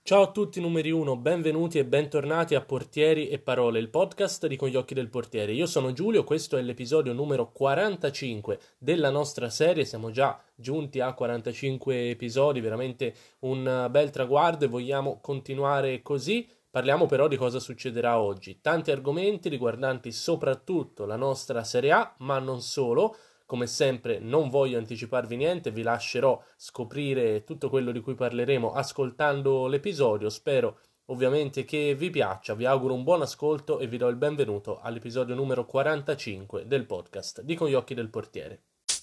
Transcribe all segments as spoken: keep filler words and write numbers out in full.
Ciao a tutti numeri uno, benvenuti e bentornati a Portieri e Parole, il podcast di Con gli occhi del portiere. Io sono Giulio, questo è l'episodio numero quarantacinque della nostra serie, siamo già giunti a quarantacinque episodi, veramente un bel traguardo e vogliamo continuare così. Parliamo però di cosa succederà oggi, tanti argomenti riguardanti soprattutto la nostra Serie A, ma non solo. Come sempre non voglio anticiparvi niente, vi lascerò scoprire tutto quello di cui parleremo ascoltando l'episodio. Spero ovviamente che vi piaccia, vi auguro un buon ascolto e vi do il benvenuto all'episodio numero quarantacinque del podcast di Con gli occhi del portiere.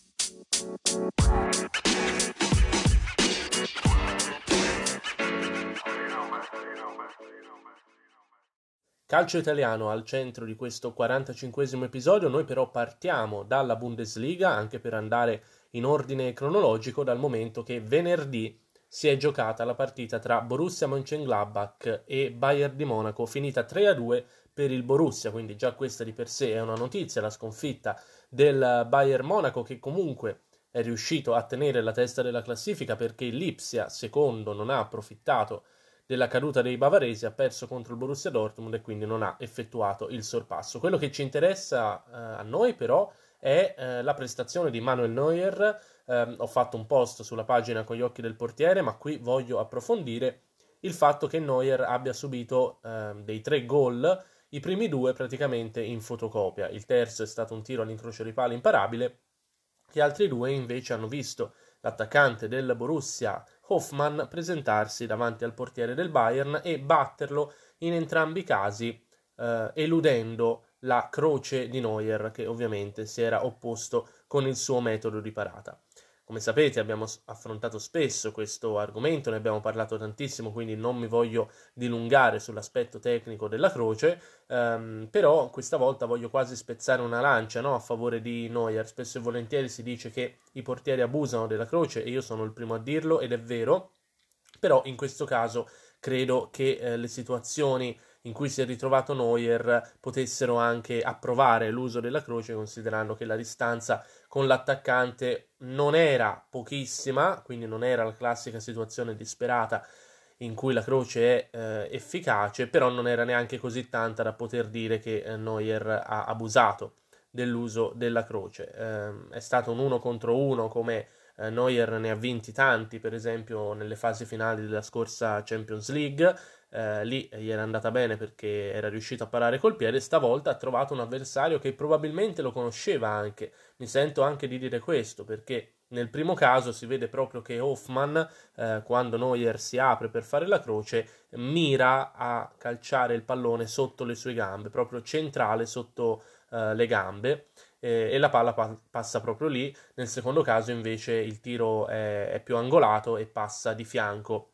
Calcio italiano al centro di questo quarantacinquesimo episodio, noi però partiamo dalla Bundesliga, anche per andare in ordine cronologico, dal momento che venerdì si è giocata la partita tra Borussia Mönchengladbach e Bayern di Monaco, finita tre a due per il Borussia, quindi già questa di per sé è una notizia, la sconfitta del Bayern Monaco che comunque è riuscito a tenere la testa della classifica perché il Lipsia, secondo, non ha approfittato della caduta dei bavaresi, ha perso contro il Borussia Dortmund e quindi non ha effettuato il sorpasso. Quello che ci interessa eh, a noi però è eh, la prestazione di Manuel Neuer. Eh, ho fatto un post sulla pagina Con gli occhi del portiere, ma qui voglio approfondire il fatto che Neuer abbia subito eh, dei tre gol, i primi due praticamente in fotocopia. Il terzo è stato un tiro all'incrocio dei pali imparabile, gli altri due invece hanno visto l'attaccante del Borussia Hoffmann presentarsi davanti al portiere del Bayern e batterlo in entrambi i casi, eh, eludendo la croce di Neuer, che ovviamente si era opposto con il suo metodo di parata. Come sapete abbiamo affrontato spesso questo argomento, ne abbiamo parlato tantissimo, quindi non mi voglio dilungare sull'aspetto tecnico della croce, ehm, però questa volta voglio quasi spezzare una lancia, no, a favore di Neuer. Spesso e volentieri si dice che i portieri abusano della croce e io sono il primo a dirlo ed è vero, però in questo caso credo che eh, le situazioni in cui si è ritrovato Neuer potessero anche approvare l'uso della croce, considerando che la distanza con l'attaccante non era pochissima, quindi non era la classica situazione disperata in cui la croce è eh, efficace, però non era neanche così tanta da poter dire che eh, Neuer ha abusato dell'uso della croce. Eh, è stato un uno contro uno come eh, Neuer ne ha vinti tanti, per esempio nelle fasi finali della scorsa Champions League. Eh, lì gli era andata bene perché era riuscito a parare col piede. Stavolta ha trovato un avversario che probabilmente lo conosceva anche. Mi sento anche di dire questo perché nel primo caso si vede proprio che Hoffmann, eh, quando Neuer si apre per fare la croce, mira a calciare il pallone sotto le sue gambe, proprio centrale sotto eh, le gambe, eh, e la palla pa- passa proprio lì. Nel secondo caso invece il tiro è, è più angolato e passa di fianco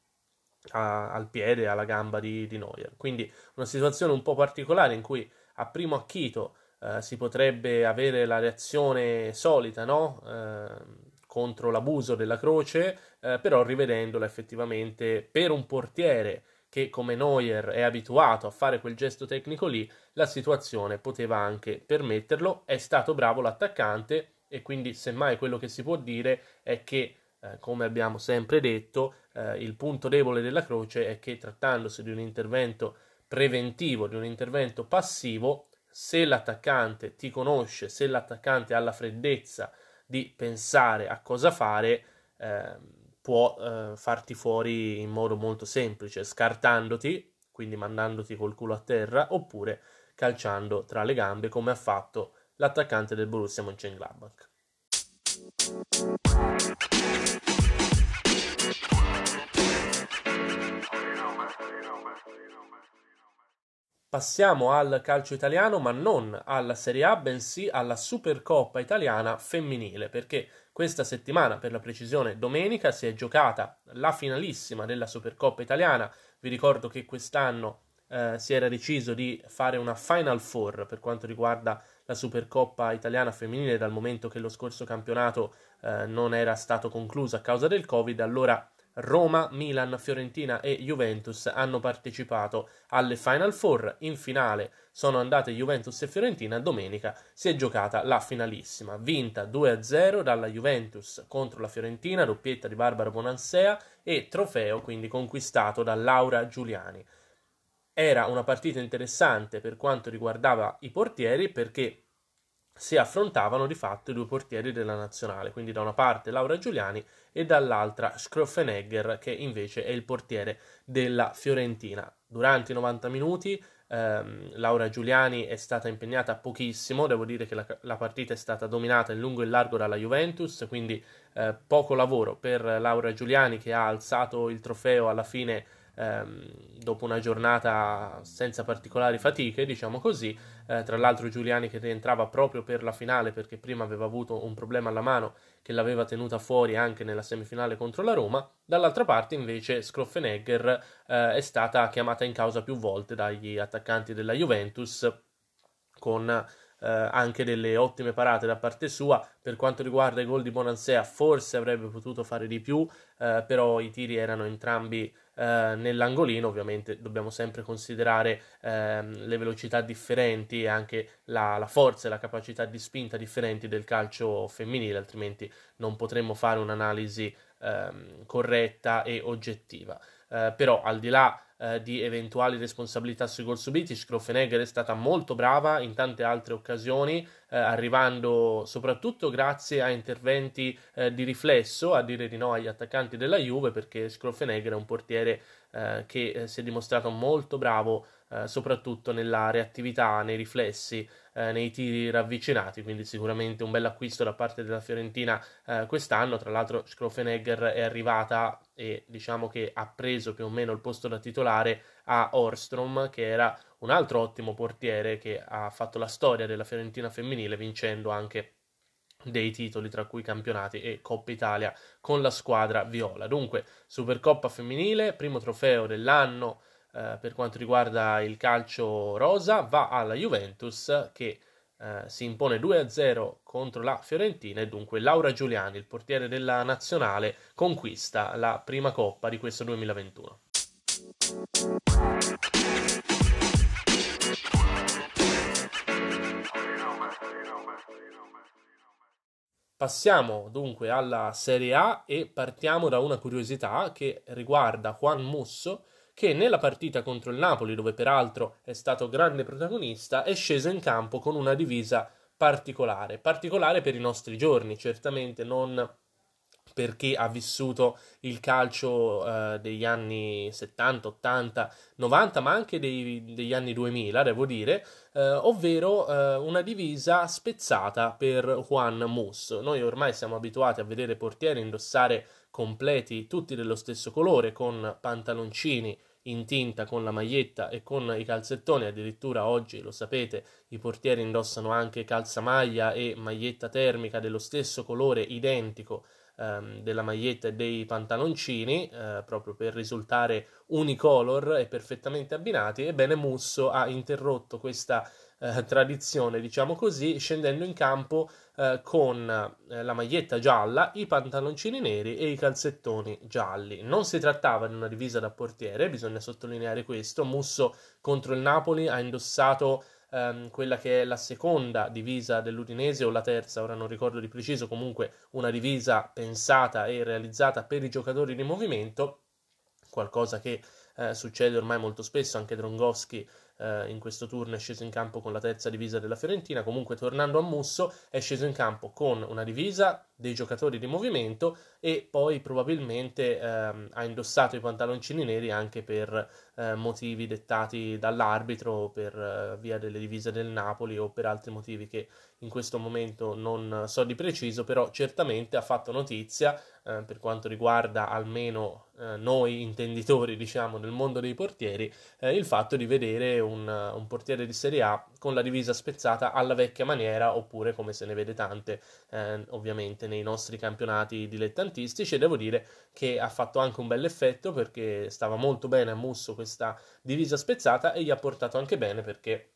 a, al piede, alla gamba di, di Neuer. Quindi una situazione un po' particolare in cui a primo acchito eh, si potrebbe avere la reazione solita, no? Eh, contro l'abuso della croce, eh, però rivedendola effettivamente per un portiere che come Neuer è abituato a fare quel gesto tecnico lì, la situazione poteva anche permetterlo. È stato bravo l'attaccante e quindi semmai quello che si può dire è che Eh, come abbiamo sempre detto, eh, il punto debole della croce è che trattandosi di un intervento preventivo, di un intervento passivo, se l'attaccante ti conosce, se l'attaccante ha la freddezza di pensare a cosa fare, eh, può eh, farti fuori in modo molto semplice, scartandoti, quindi mandandoti col culo a terra, oppure calciando tra le gambe, come ha fatto l'attaccante del Borussia Mönchengladbach. Passiamo al calcio italiano, ma non alla Serie A, bensì alla Supercoppa italiana femminile, perché questa settimana, per la precisione domenica, si è giocata la finalissima della Supercoppa italiana. Vi ricordo che quest'anno eh, si era deciso di fare una Final Four per quanto riguarda la Supercoppa italiana femminile, dal momento che lo scorso campionato eh, non era stato concluso a causa del Covid. Allora Roma, Milan, Fiorentina e Juventus hanno partecipato alle Final Four. In finale sono andate Juventus e Fiorentina. Domenica si è giocata la finalissima, vinta due a zero dalla Juventus contro la Fiorentina, doppietta di Barbara Bonansea e trofeo quindi conquistato da Laura Giuliani. Era una partita interessante per quanto riguardava i portieri, perché si affrontavano di fatto i due portieri della nazionale, quindi da una parte Laura Giuliani e dall'altra Schroffenegger, che invece è il portiere della Fiorentina. Durante i novanta minuti ehm, Laura Giuliani è stata impegnata pochissimo, devo dire che la, la partita è stata dominata in lungo e in largo dalla Juventus, quindi eh, poco lavoro per Laura Giuliani, che ha alzato il trofeo alla fine ehm, dopo una giornata senza particolari fatiche, diciamo così. Eh, tra l'altro Giuliani che rientrava proprio per la finale, perché prima aveva avuto un problema alla mano che l'aveva tenuta fuori anche nella semifinale contro la Roma. Dall'altra parte invece Schroffenegger eh, è stata chiamata in causa più volte dagli attaccanti della Juventus, con eh, anche delle ottime parate da parte sua. Per quanto riguarda i gol di Bonansea, forse avrebbe potuto fare di più, eh, però i tiri erano entrambi eh, nell'angolino. Ovviamente dobbiamo sempre considerare ehm, le velocità differenti e anche la, la forza e la capacità di spinta differenti del calcio femminile, altrimenti non potremmo fare un'analisi ehm, corretta e oggettiva. Eh, però al di là eh, di eventuali responsabilità sui gol subiti, Schroffenegger è stata molto brava in tante altre occasioni, eh, arrivando soprattutto grazie a interventi eh, di riflesso, a dire di no agli attaccanti della Juve, perché Schroffenegger è un portiere eh, che eh, si è dimostrato molto bravo eh, soprattutto nella reattività, nei riflessi, eh, nei tiri ravvicinati, quindi sicuramente un bel acquisto da parte della Fiorentina eh, quest'anno. Tra l'altro Schroffenegger è arrivata e diciamo che ha preso più o meno il posto da titolare a Orstrom, che era un altro ottimo portiere che ha fatto la storia della Fiorentina femminile, vincendo anche dei titoli tra cui campionati e Coppa Italia con la squadra viola. Dunque Supercoppa femminile, primo trofeo dell'anno eh, per quanto riguarda il calcio rosa, va alla Juventus, che eh, si impone due a zero contro la Fiorentina, e dunque Laura Giuliani, il portiere della nazionale, conquista la prima coppa di questo duemilaventuno. Passiamo dunque alla Serie A e partiamo da una curiosità che riguarda Juan Musso, che nella partita contro il Napoli, dove peraltro è stato grande protagonista, è sceso in campo con una divisa particolare, particolare per i nostri giorni, certamente non perché ha vissuto il calcio eh, degli anni settanta, ottanta, novanta, ma anche dei, degli anni duemila, devo dire, eh, ovvero eh, una divisa spezzata per Juan Mus. Noi ormai siamo abituati a vedere portieri indossare completi tutti dello stesso colore, con pantaloncini in tinta con la maglietta e con i calzettoni. Addirittura oggi, lo sapete, i portieri indossano anche calzamaglia e maglietta termica dello stesso colore identico ehm, della maglietta e dei pantaloncini, eh, proprio per risultare unicolor e perfettamente abbinati. Ebbene, Musso ha interrotto questa eh, tradizione, diciamo così, scendendo in campo eh, con eh, la maglietta gialla, i pantaloncini neri e i calzettoni gialli. Non si trattava di una divisa da portiere, bisogna sottolineare questo. Musso contro il Napoli ha indossato ehm, quella che è la seconda divisa dell'Udinese, o la terza, ora non ricordo di preciso, comunque una divisa pensata e realizzata per i giocatori di movimento, qualcosa che eh, succede ormai molto spesso. Anche Drongowski eh, in questo turno è sceso in campo con la terza divisa della Fiorentina. Comunque, tornando a Musso, è sceso in campo con una divisa dei giocatori di movimento e poi probabilmente ehm, ha indossato i pantaloncini neri anche per eh, motivi dettati dall'arbitro, per eh, via delle divise del Napoli, o per altri motivi che in questo momento non so di preciso. Però certamente ha fatto notizia eh, per quanto riguarda almeno eh, noi intenditori, diciamo, nel mondo dei portieri, eh, il fatto di vedere un, un portiere di Serie A con la divisa spezzata alla vecchia maniera, oppure come se ne vede tante eh, ovviamente nei nostri campionati dilettantistici. E devo dire che ha fatto anche un bel effetto, perché stava molto bene a Musso questa divisa spezzata, e gli ha portato anche bene, perché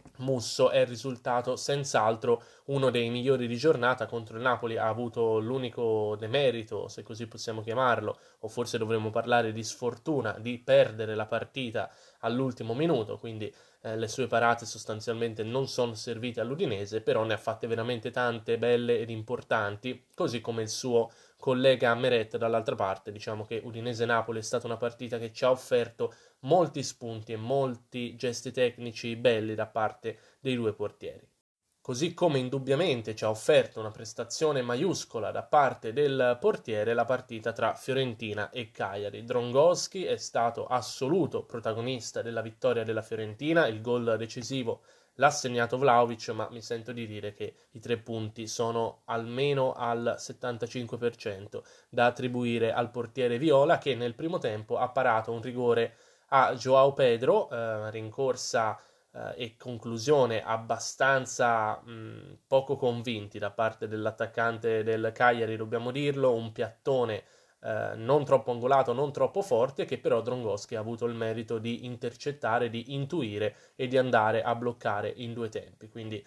Musso è risultato senz'altro uno dei migliori di giornata. Contro il Napoli ha avuto l'unico demerito, se così possiamo chiamarlo, o forse dovremmo parlare di sfortuna, di perdere la partita all'ultimo minuto, quindi eh, le sue parate sostanzialmente non sono servite all'Udinese, però ne ha fatte veramente tante belle ed importanti, così come il suo collega Meret dall'altra parte. Diciamo che Udinese-Napoli è stata una partita che ci ha offerto molti spunti e molti gesti tecnici belli da parte dei due portieri. Così come indubbiamente ci ha offerto una prestazione maiuscola da parte del portiere la partita tra Fiorentina e Cagliari. Drongoschi è stato assoluto protagonista della vittoria della Fiorentina, il gol decisivo l'ha segnato Vlahovic, ma mi sento di dire che i tre punti sono almeno al settantacinque per cento da attribuire al portiere viola, che nel primo tempo ha parato un rigore a João Pedro, eh, rincorsa eh, e conclusione abbastanza mh, poco convinti da parte dell'attaccante del Cagliari, dobbiamo dirlo, un piattone eh, non troppo angolato, non troppo forte, che però Drongoschi ha avuto il merito di intercettare, di intuire e di andare a bloccare in due tempi. Quindi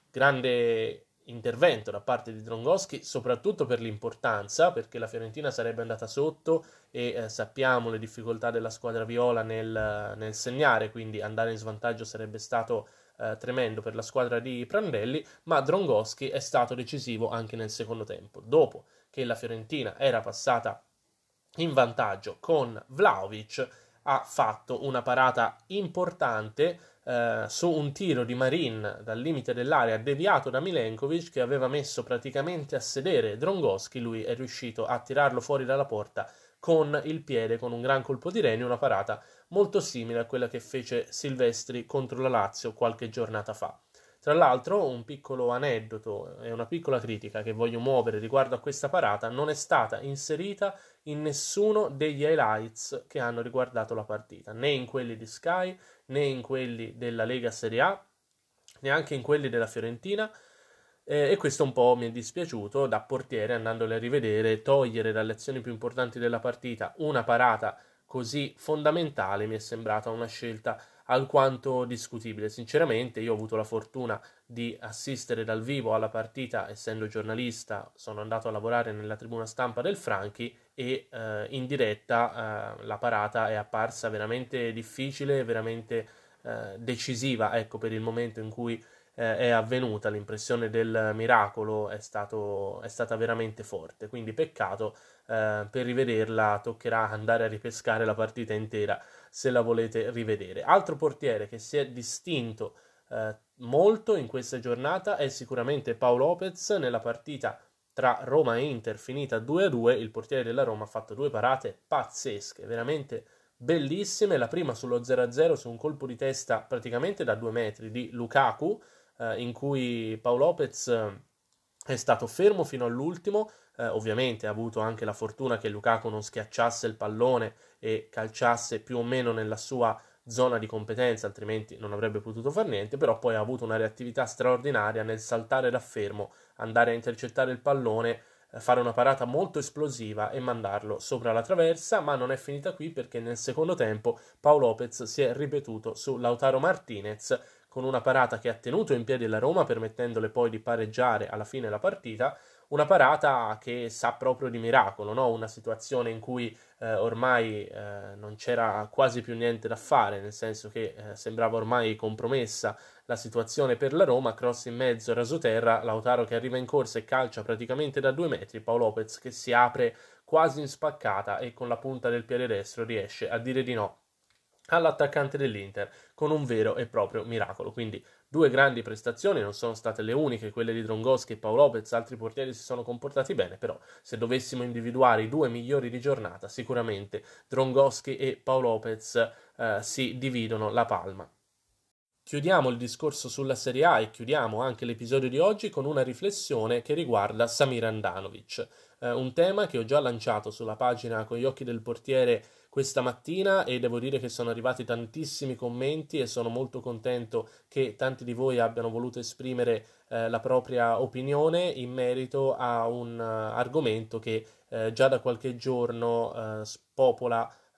grande intervento da parte di Drongoschi, soprattutto per l'importanza, perché la Fiorentina sarebbe andata sotto e eh, sappiamo le difficoltà della squadra viola nel, nel segnare, quindi andare in svantaggio sarebbe stato eh, tremendo per la squadra di Prandelli, ma Drongoschi è stato decisivo anche nel secondo tempo. Dopo che la Fiorentina era passata in vantaggio con Vlahovic, ha fatto una parata importante eh, su un tiro di Marin dal limite dell'area deviato da Milenkovic, che aveva messo praticamente a sedere Drongoschi. Lui è riuscito a tirarlo fuori dalla porta con il piede, con un gran colpo di reni, una parata molto simile a quella che fece Silvestri contro la Lazio qualche giornata fa. Tra l'altro, un piccolo aneddoto e una piccola critica che voglio muovere riguardo a questa parata: non è stata inserita in nessuno degli highlights che hanno riguardato la partita, né in quelli di Sky, né in quelli della Lega Serie A, neanche in quelli della Fiorentina, eh, e questo un po' mi è dispiaciuto. Da portiere, andandole a rivedere, togliere dalle azioni più importanti della partita una parata così fondamentale mi è sembrata una scelta alquanto discutibile. Sinceramente, io ho avuto la fortuna di assistere dal vivo alla partita, essendo giornalista, sono andato a lavorare nella tribuna stampa del Franchi e eh, in diretta eh, la parata è apparsa veramente difficile, veramente eh, decisiva, ecco, per il momento in cui eh, è avvenuta. L'impressione del miracolo è, stato, è stata veramente forte, quindi peccato. Eh, per rivederla toccherà andare a ripescare la partita intera se la volete rivedere. Altro portiere che si è distinto eh, molto in questa giornata è sicuramente Pau Lopez. Nella partita tra Roma e Inter finita due a due, il portiere della Roma ha fatto due parate pazzesche, veramente bellissime. La prima sullo zero a zero su un colpo di testa praticamente da due metri di Lukaku, eh, in cui Pau Lopez eh, è stato fermo fino all'ultimo. Eh, ovviamente ha avuto anche la fortuna che Lukaku non schiacciasse il pallone e calciasse più o meno nella sua zona di competenza, altrimenti non avrebbe potuto far niente. Però poi ha avuto una reattività straordinaria nel saltare da fermo, andare a intercettare il pallone, eh, fare una parata molto esplosiva e mandarlo sopra la traversa. Ma non è finita qui, perché nel secondo tempo Pau Lopez si è ripetuto su Lautaro Martinez con una parata che ha tenuto in piedi la Roma, permettendole poi di pareggiare alla fine la partita. Una parata che sa proprio di miracolo, no? Una situazione in cui eh, ormai eh, non c'era quasi più niente da fare, nel senso che eh, sembrava ormai compromessa la situazione per la Roma. Cross in mezzo, rasoterra, Lautaro che arriva in corsa e calcia praticamente da due metri, Pau Lopez che si apre quasi in spaccata e con la punta del piede destro riesce a dire di no all'attaccante dell'Inter con un vero e proprio miracolo. Quindi due grandi prestazioni, non sono state le uniche quelle di Drongoschi e Pau Lopez, altri portieri si sono comportati bene, però se dovessimo individuare i due migliori di giornata, sicuramente Drongoschi e Pau Lopez eh, si dividono la palma. Chiudiamo il discorso sulla Serie A e chiudiamo anche l'episodio di oggi con una riflessione che riguarda Samir Handanovic, eh, un tema che ho già lanciato sulla pagina Con gli occhi del portiere questa mattina, e devo dire che sono arrivati tantissimi commenti e sono molto contento che tanti di voi abbiano voluto esprimere eh, la propria opinione in merito a un uh, argomento che eh, già da qualche giorno eh, spopola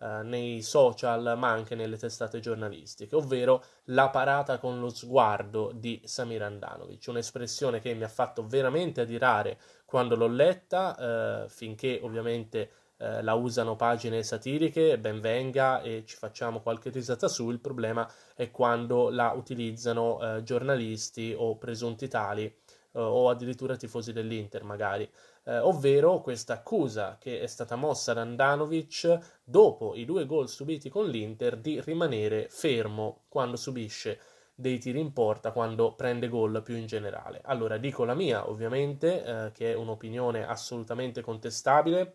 eh, nei social ma anche nelle testate giornalistiche, ovvero la parata con lo sguardo di Samir Handanovic, un'espressione che mi ha fatto veramente adirare quando l'ho letta, eh, finché ovviamente eh, la usano pagine satiriche, ben venga e ci facciamo qualche risata su. Il problema è quando la utilizzano eh, giornalisti o presunti tali eh, o addirittura tifosi dell'Inter magari, eh, ovvero questa accusa che è stata mossa da Handanovic dopo i due gol subiti con l'Inter di rimanere fermo quando subisce dei tiri in porta, quando prende gol più in generale. Allora dico la mia ovviamente, eh, che è un'opinione assolutamente contestabile,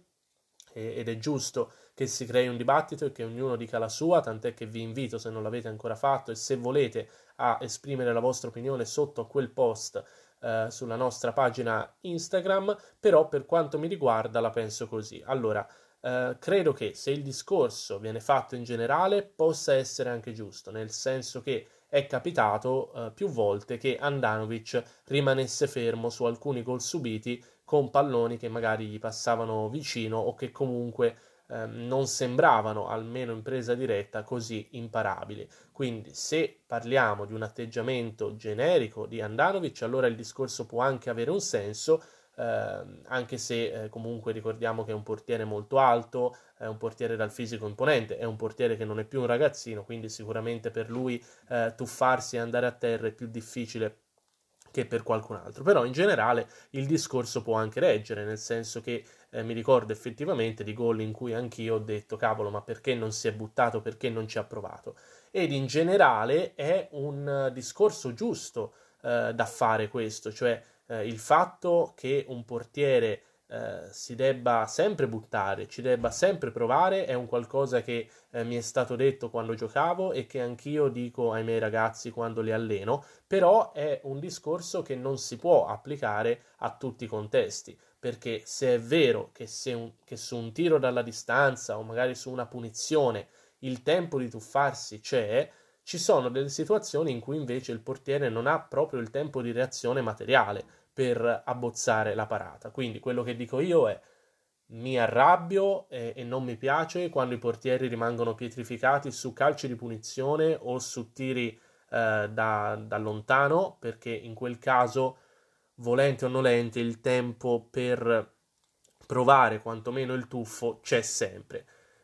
ed è giusto che si crei un dibattito e che ognuno dica la sua, tant'è che vi invito, se non l'avete ancora fatto e se volete, a esprimere la vostra opinione sotto a quel post eh, sulla nostra pagina Instagram. Però per quanto mi riguarda la penso così. Allora, eh, credo che se il discorso viene fatto in generale possa essere anche giusto, nel senso che è capitato eh, più volte che Handanovic rimanesse fermo su alcuni gol subiti con palloni che magari gli passavano vicino o che comunque eh, non sembravano, almeno in presa diretta, così imparabili. Quindi se parliamo di un atteggiamento generico di Handanovic, allora il discorso può anche avere un senso, eh, anche se eh, comunque ricordiamo che è un portiere molto alto, è un portiere dal fisico imponente, è un portiere che non è più un ragazzino, quindi sicuramente per lui eh, tuffarsi e andare a terra è più difficile che per qualcun altro. Però in generale il discorso può anche reggere, nel senso che eh, mi ricordo effettivamente di gol in cui anch'io ho detto cavolo, ma perché non si è buttato, perché non ci ha provato? Ed in generale è un discorso giusto eh, da fare questo, cioè eh, il fatto che un portiere eh, si debba sempre buttare, ci debba sempre provare, è un qualcosa che eh, mi è stato detto quando giocavo e che anch'io dico ai miei ragazzi quando li alleno, però è un discorso che non si può applicare a tutti i contesti, perché se è vero che, se un, che su un tiro dalla distanza o magari su una punizione il tempo di tuffarsi c'è, ci sono delle situazioni in cui invece il portiere non ha proprio il tempo di reazione materiale per abbozzare la parata. Quindi quello che dico io è: mi arrabbio e, e non mi piace quando i portieri rimangono pietrificati su calci di punizione o su tiri eh, da, da lontano, perché in quel caso, volente o nolente, il tempo per provare quantomeno il tuffo c'è sempre.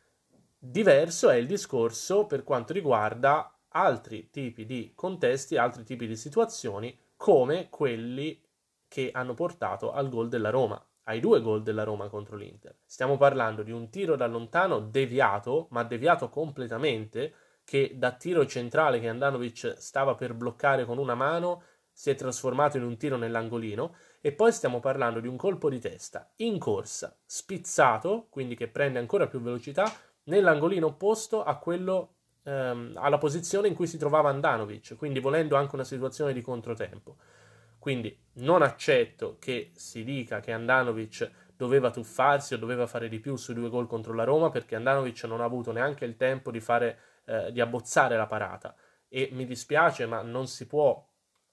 Diverso è il discorso per quanto riguarda altri tipi di contesti, altri tipi di situazioni, come quelli che hanno portato al gol della Roma, ai due gol della Roma contro l'Inter. Stiamo parlando di un tiro da lontano deviato, ma deviato completamente, che da tiro centrale che Handanovic stava per bloccare con una mano si è trasformato in un tiro nell'angolino. E poi stiamo parlando di un colpo di testa in corsa, spizzato, quindi che prende ancora più velocità, nell'angolino opposto a quello, ehm, alla posizione in cui si trovava Handanovic, quindi volendo anche una situazione di controtempo. Quindi non accetto che si dica che Handanovic doveva tuffarsi o doveva fare di più sui due gol contro la Roma, perché Handanovic non ha avuto neanche il tempo di fare, eh, di abbozzare la parata. E mi dispiace, ma non si può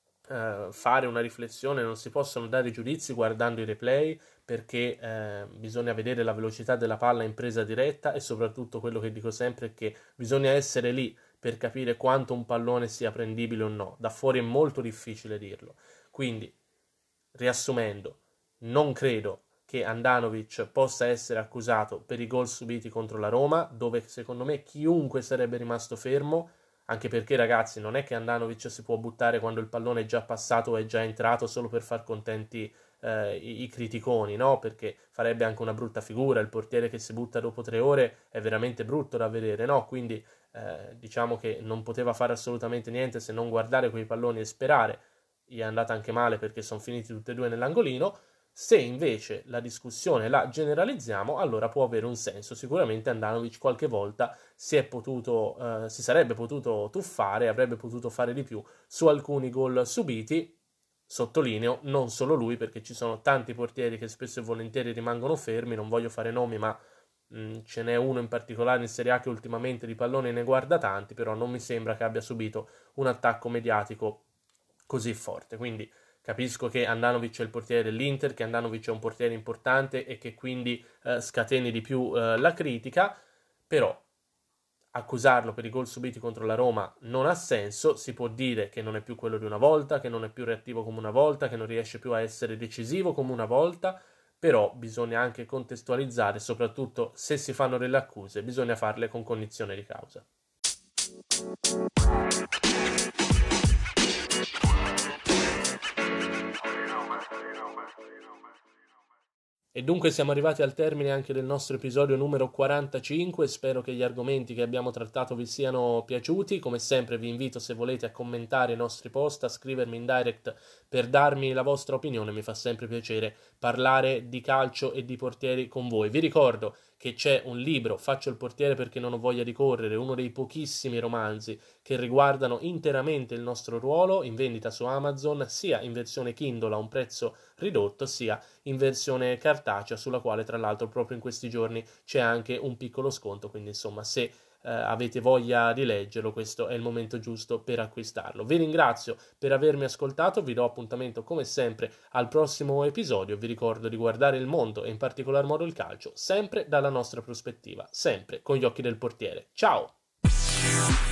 eh, fare una riflessione, non si possono dare giudizi guardando i replay, perché eh, bisogna vedere la velocità della palla in presa diretta, e soprattutto quello che dico sempre è che bisogna essere lì per capire quanto un pallone sia prendibile o no. Da fuori è molto difficile dirlo. Quindi, riassumendo, non credo che Handanovic possa essere accusato per i gol subiti contro la Roma, dove secondo me chiunque sarebbe rimasto fermo, anche perché ragazzi non è che Handanovic si può buttare quando il pallone è già passato o è già entrato solo per far contenti eh, i, i criticoni, no? Perché farebbe anche una brutta figura, il portiere che si butta dopo tre ore è veramente brutto da vedere, no? Quindi eh, diciamo che non poteva fare assolutamente niente se non guardare quei palloni e sperare. Gli è andata anche male perché sono finiti tutti e due nell'angolino. Se invece la discussione la generalizziamo, allora può avere un senso. Sicuramente Handanovic qualche volta si è potuto, eh, si sarebbe potuto tuffare, avrebbe potuto fare di più su alcuni gol subiti. Sottolineo, non solo lui, perché ci sono tanti portieri che spesso e volentieri rimangono fermi, non voglio fare nomi, ma mh, ce n'è uno in particolare in Serie A che ultimamente di palloni ne guarda tanti, però non mi sembra che abbia subito un attacco mediatico così forte. Quindi capisco che Handanovic è il portiere dell'Inter, che Handanovic è un portiere importante e che quindi eh, scateni di più eh, la critica, però accusarlo per i gol subiti contro la Roma non ha senso, si può dire che non è più quello di una volta, che non è più reattivo come una volta, che non riesce più a essere decisivo come una volta, però bisogna anche contestualizzare, soprattutto se si fanno delle accuse, bisogna farle con cognizione di causa. E dunque siamo arrivati al termine anche del nostro episodio numero quarantacinque, spero che gli argomenti che abbiamo trattato vi siano piaciuti. Come sempre vi invito, se volete, a commentare i nostri post, a scrivermi in direct per darmi la vostra opinione, mi fa sempre piacere parlare di calcio e di portieri con voi. Vi ricordo che c'è un libro, Faccio il portiere perché non ho voglia di correre, uno dei pochissimi romanzi che riguardano interamente il nostro ruolo, in vendita su Amazon, sia in versione Kindle a un prezzo ridotto, sia in versione cartacea, sulla quale tra l'altro proprio in questi giorni c'è anche un piccolo sconto, quindi insomma se eh, avete voglia di leggerlo, questo è il momento giusto per acquistarlo. Vi ringrazio per avermi ascoltato, vi do appuntamento come sempre al prossimo episodio, vi ricordo di guardare il mondo e in particolar modo il calcio sempre dalla nostra prospettiva, sempre con gli occhi del portiere. Ciao!